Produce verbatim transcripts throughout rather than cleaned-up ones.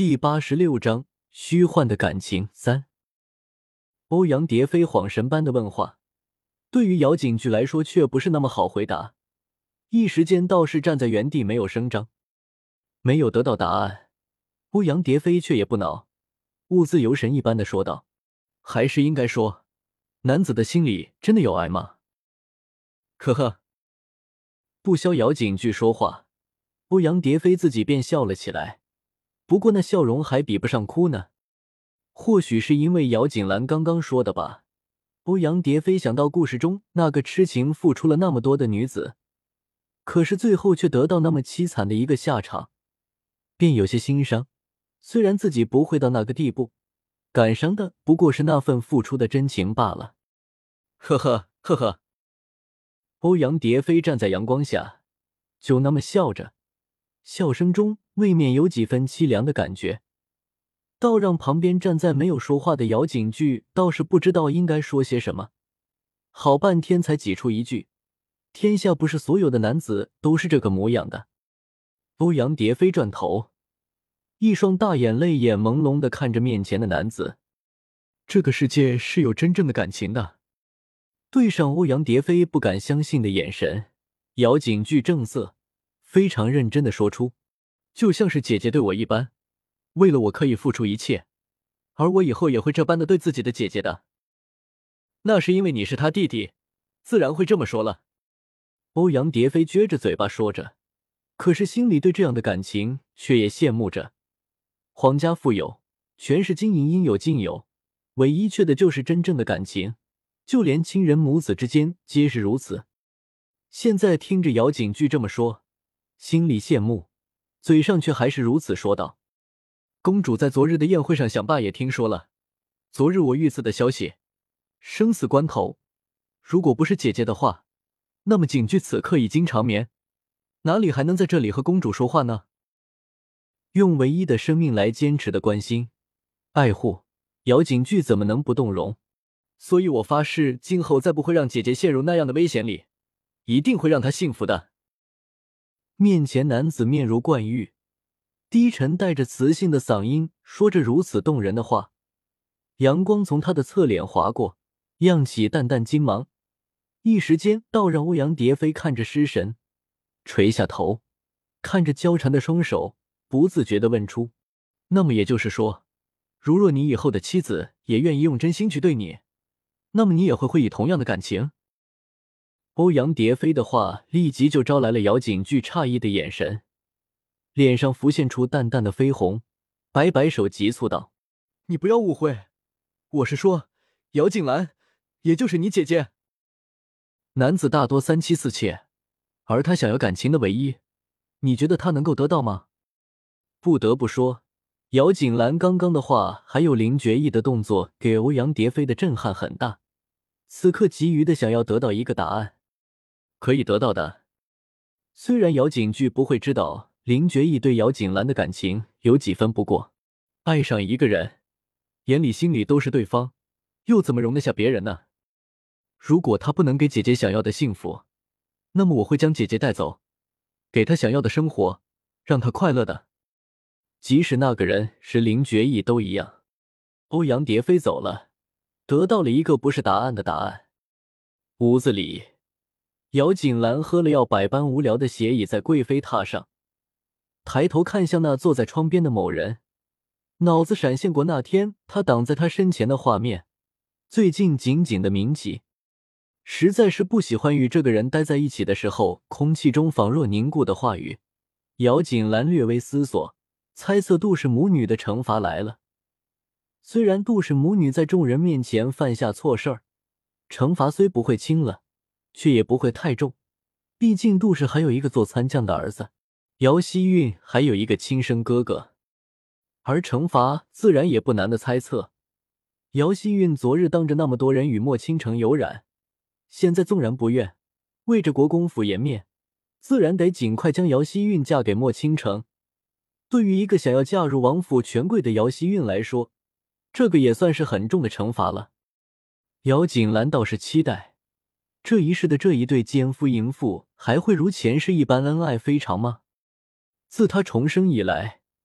第八十六章虚幻的感情三。欧阳蝶飞恍神般的问话，对于姚景巨来说却不是那么好回答，一时间倒是站在原地没有声张。没有得到答案，欧阳蝶飞却也不恼，兀自由神一般的说道：“还是应该说，男子的心里真的有爱吗？”呵呵。不消姚景巨说话，欧阳蝶飞自己便笑了起来。不过那笑容还比不上哭呢。或许是因为姚景兰刚刚说的吧，欧阳蝶飞想到故事中那个痴情付出了那么多的女子，可是最后却得到那么凄惨的一个下场，便有些心伤。虽然自己不会到那个地步，感伤的不过是那份付出的真情罢了。呵呵呵呵。欧阳蝶飞站在阳光下，就那么笑着，笑声中未免有几分凄凉的感觉，倒让旁边站在没有说话的姚景巨倒是不知道应该说些什么，好半天才挤出一句：“天下不是所有的男子都是这个模样的。”欧阳蝶飞转头，一双大眼泪眼朦胧地看着面前的男子。这个世界是有真正的感情的。对上欧阳蝶飞不敢相信的眼神，姚景巨正色，非常认真地说出：“就像是姐姐对我一般，为了我可以付出一切，而我以后也会这般的对自己的姐姐的。”那是因为你是他弟弟，自然会这么说了。欧阳蝶飞撅着嘴巴说着，可是心里对这样的感情却也羡慕着。皇家富有，全是金银应有尽有，唯一缺的就是真正的感情，就连亲人母子之间皆是如此。现在听着姚景巨这么说，心里羡慕，嘴上却还是如此说道：“公主在昨日的宴会上想爸也听说了，昨日我遇刺的消息，生死关头，如果不是姐姐的话，那么景巨此刻已经长眠，哪里还能在这里和公主说话呢？”用唯一的生命来坚持的关心、爱护，姚景巨怎么能不动容？所以我发誓，今后再不会让姐姐陷入那样的危险里，一定会让她幸福的。面前男子面如冠玉，低沉带着磁性的嗓音说着如此动人的话，阳光从他的侧脸划过，漾起淡淡金芒，一时间倒让欧阳蝶飞看着失神，垂下头，看着交缠的双手，不自觉地问出：“那么也就是说，如若你以后的妻子也愿意用真心去对你，那么你也会会以同样的感情？”欧阳蝶飞的话立即就招来了姚景巨诧异的眼神，脸上浮现出淡淡的绯红，摆摆手急促道：“你不要误会，我是说姚景兰，也就是你姐姐。男子大多三妻四妾，而他想要感情的唯一，你觉得他能够得到吗？”不得不说，姚景兰刚刚的话还有林觉意的动作给欧阳蝶飞的震撼很大，此刻急于的想要得到一个答案。可以得到的。虽然姚景巨不会知道林觉意对姚景兰的感情有几分，不过爱上一个人，眼里心里都是对方，又怎么容得下别人呢？如果他不能给姐姐想要的幸福，那么我会将姐姐带走，给她想要的生活，让她快乐的。即使那个人是林觉意都一样。欧阳蝶飞走了，得到了一个不是答案的答案。屋子里，姚景兰喝了药，百般无聊的斜倚在贵妃榻上，抬头看向那坐在窗边的某人，脑子闪现过那天他挡在他身前的画面，最近紧紧的铭记。实在是不喜欢与这个人待在一起的时候，空气中仿若凝固的话语。姚景兰略微思索，猜测杜氏母女的惩罚来了。虽然杜氏母女在众人面前犯下错事儿，惩罚虽不会轻了，却也不会太重，毕竟杜氏还有一个做参将的儿子，姚希韵还有一个亲生哥哥，而惩罚自然也不难的猜测。姚希韵昨日当着那么多人与莫倾城有染，现在纵然不愿，为着国公府颜面，自然得尽快将姚希韵嫁给莫倾城。对于一个想要嫁入王府权贵的姚希韵来说，这个也算是很重的惩罚了。姚景兰倒是期待，这一世的这一对奸夫淫妇还会如前世一般恩爱非常吗？自他重生以来，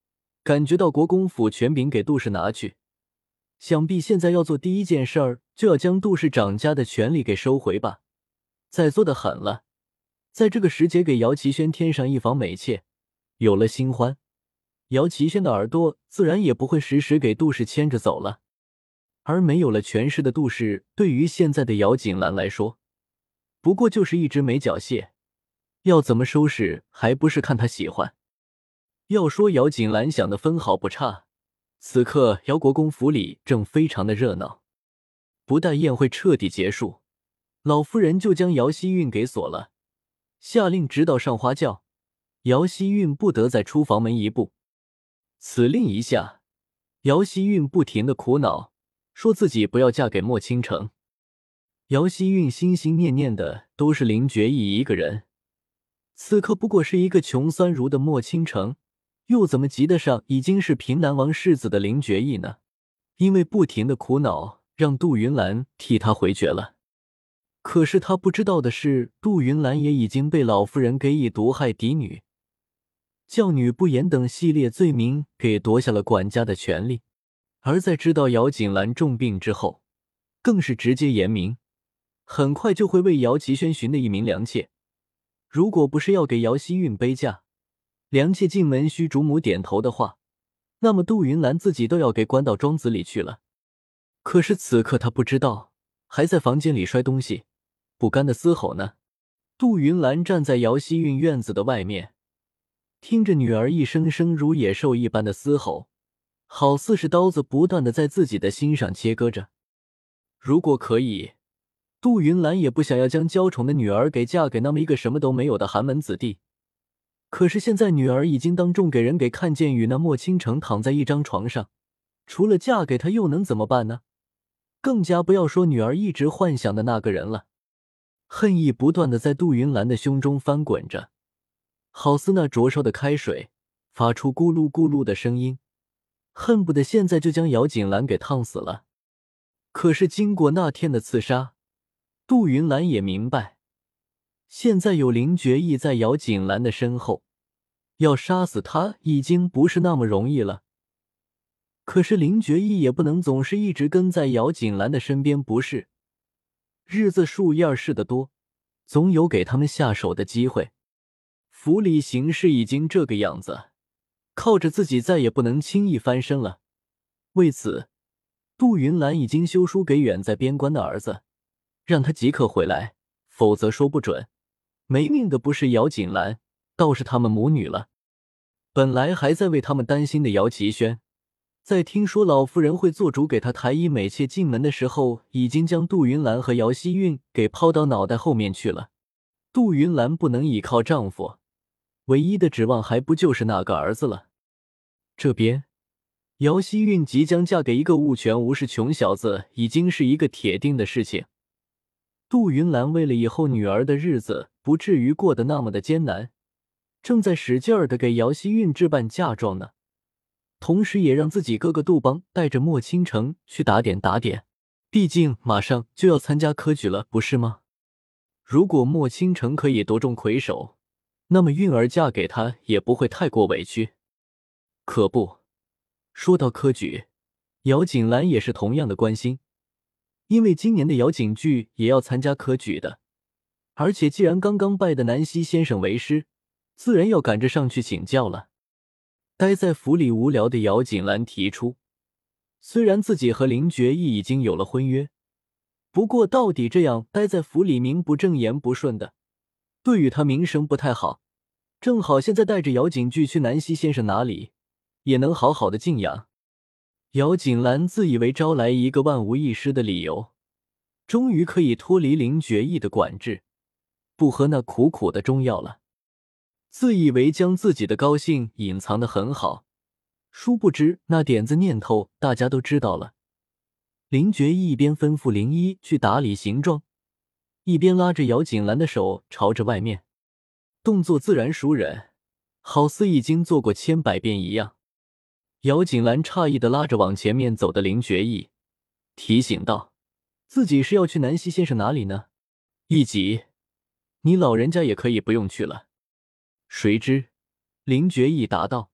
感觉到国公府权柄给杜氏拿去，想必现在要做第一件事儿，就要将杜氏长家的权利给收回吧。再做的狠了，在这个时节给姚齐轩添上一房美妾，有了新欢，姚齐轩的耳朵自然也不会时时给杜氏牵着走了。而没有了权势的杜氏，对于现在的姚锦兰来说，不过就是一只没脚蟹，要怎么收拾还不是看他喜欢。要说姚锦兰想的分毫不差，此刻姚国公府里正非常的热闹。不待宴会彻底结束，老夫人就将姚希韵给锁了，下令直到上花轿，姚希韵不得再出房门一步。此令一下，姚希韵不停的苦恼，说自己不要嫁给莫倾城。姚希韵心心念念的都是林觉义一个人，此刻不过是一个穷酸如的莫倾城，又怎么及得上已经是平南王世子的林觉义呢？因为不停的苦恼，让杜云兰替他回绝了。可是他不知道的是，杜云兰也已经被老夫人给以毒害嫡女、教女不严等系列罪名给夺下了管家的权利。而在知道姚锦兰重病之后，更是直接言明，很快就会为姚齐轩寻的一名良妾。如果不是要给姚希韵背嫁，良妾进门需主母点头的话，那么杜云兰自己都要给关到庄子里去了。可是此刻他不知道，还在房间里摔东西，不甘的嘶吼呢。杜云兰站在姚希韵院子的外面，听着女儿一声声如野兽一般的嘶吼，好似是刀子不断的在自己的心上切割着。如果可以，杜云兰也不想要将娇宠的女儿给嫁给那么一个什么都没有的寒门子弟。可是现在女儿已经当众给人给看见与那莫倾城躺在一张床上，除了嫁给他又能怎么办呢？更加不要说女儿一直幻想的那个人了。恨意不断的在杜云兰的胸中翻滚着，好似那灼烧的开水，发出咕噜咕噜的声音，恨不得现在就将姚锦兰给烫死了。可是经过那天的刺杀，杜云兰也明白，现在有林觉义在姚锦兰的身后，要杀死他已经不是那么容易了。可是林觉义也不能总是一直跟在姚锦兰的身边，不是？日子树叶似的多，总有给他们下手的机会。府里形势已经这个样子，靠着自己再也不能轻易翻身了。为此，杜云兰已经修书给远在边关的儿子，让他即刻回来，否则说不准没命的不是姚锦兰，倒是他们母女了。本来还在为他们担心的姚齐轩，在听说老夫人会做主给他抬一美妾进门的时候，已经将杜云兰和姚希韵给抛到脑袋后面去了。杜云兰不能依靠丈夫，唯一的指望还不就是那个儿子了。这边姚希韵即将嫁给一个物权无势穷小子，已经是一个铁定的事情。杜云兰为了以后女儿的日子不至于过得那么的艰难，正在使劲儿的给姚希韵置办嫁妆呢，同时也让自己哥哥杜邦带着莫倾城去打点打点，毕竟马上就要参加科举了，不是吗？如果莫倾城可以夺中魁首，那么韵儿嫁给他也不会太过委屈。可不，说到科举，姚锦兰也是同样的关心，因为今年的姚景句也要参加科举的，而且既然刚刚拜的南溪先生为师，自然要赶着上去请教了。待在府里无聊的姚锦兰提出，虽然自己和林觉义已经有了婚约，不过到底这样待在府里名不正言不顺的，对于他名声不太好，正好现在带着姚景句去南溪先生那里，也能好好的静养。姚锦兰自以为招来一个万无一失的理由，终于可以脱离林觉义的管制，不喝那苦苦的中药了。自以为将自己的高兴隐藏得很好，殊不知那点子念头大家都知道了。林觉义一边吩咐林一去打理行装，一边拉着姚锦兰的手朝着外面，动作自然熟稔，好似已经做过千百遍一样。姚锦兰诧异地拉着往前面走的林觉义，提醒道：“自己是要去南溪先生哪里呢？”一急，你老人家也可以不用去了。谁知林觉义答道：“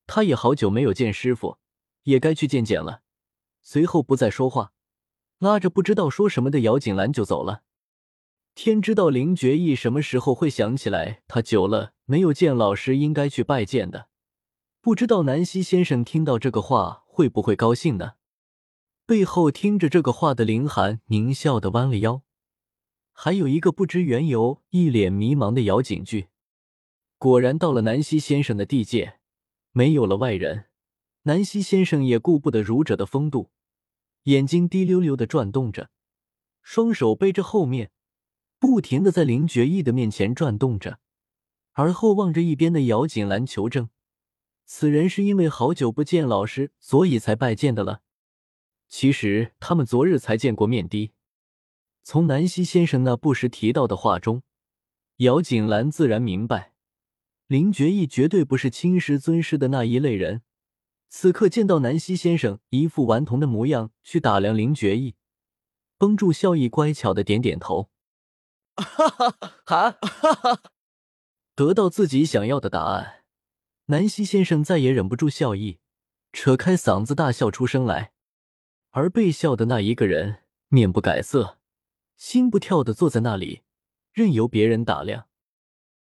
他也好久没有见师傅，也该去见见了。随后不再说话，拉着不知道说什么的姚锦兰就走了。天知道林觉义什么时候会想起来，他久了没有见老师，应该去拜见的。不知道南希先生听到这个话会不会高兴呢？背后听着这个话的凌寒狞笑地弯了腰，还有一个不知缘由、一脸迷茫的姚景句。果然到了南希先生的地界，没有了外人，南希先生也顾不得儒者的风度，眼睛滴溜溜地转动着，双手背着后面，不停地在林觉义的面前转动着，而后望着一边的姚锦兰求证，此人是因为好久不见老师，所以才拜见的了。其实他们昨日才见过面的。从南希先生那不时提到的话中，姚锦兰自然明白，林觉义绝对不是亲师尊师的那一类人。此刻见到南希先生一副顽童的模样去打量林觉义，绷住笑意，乖巧的点点头。 哈哈哈哈哈！ 得到自己想要的答案，南希先生再也忍不住笑意，扯开嗓子大笑出声来。而被笑的那一个人面不改色，心不跳的坐在那里，任由别人打量。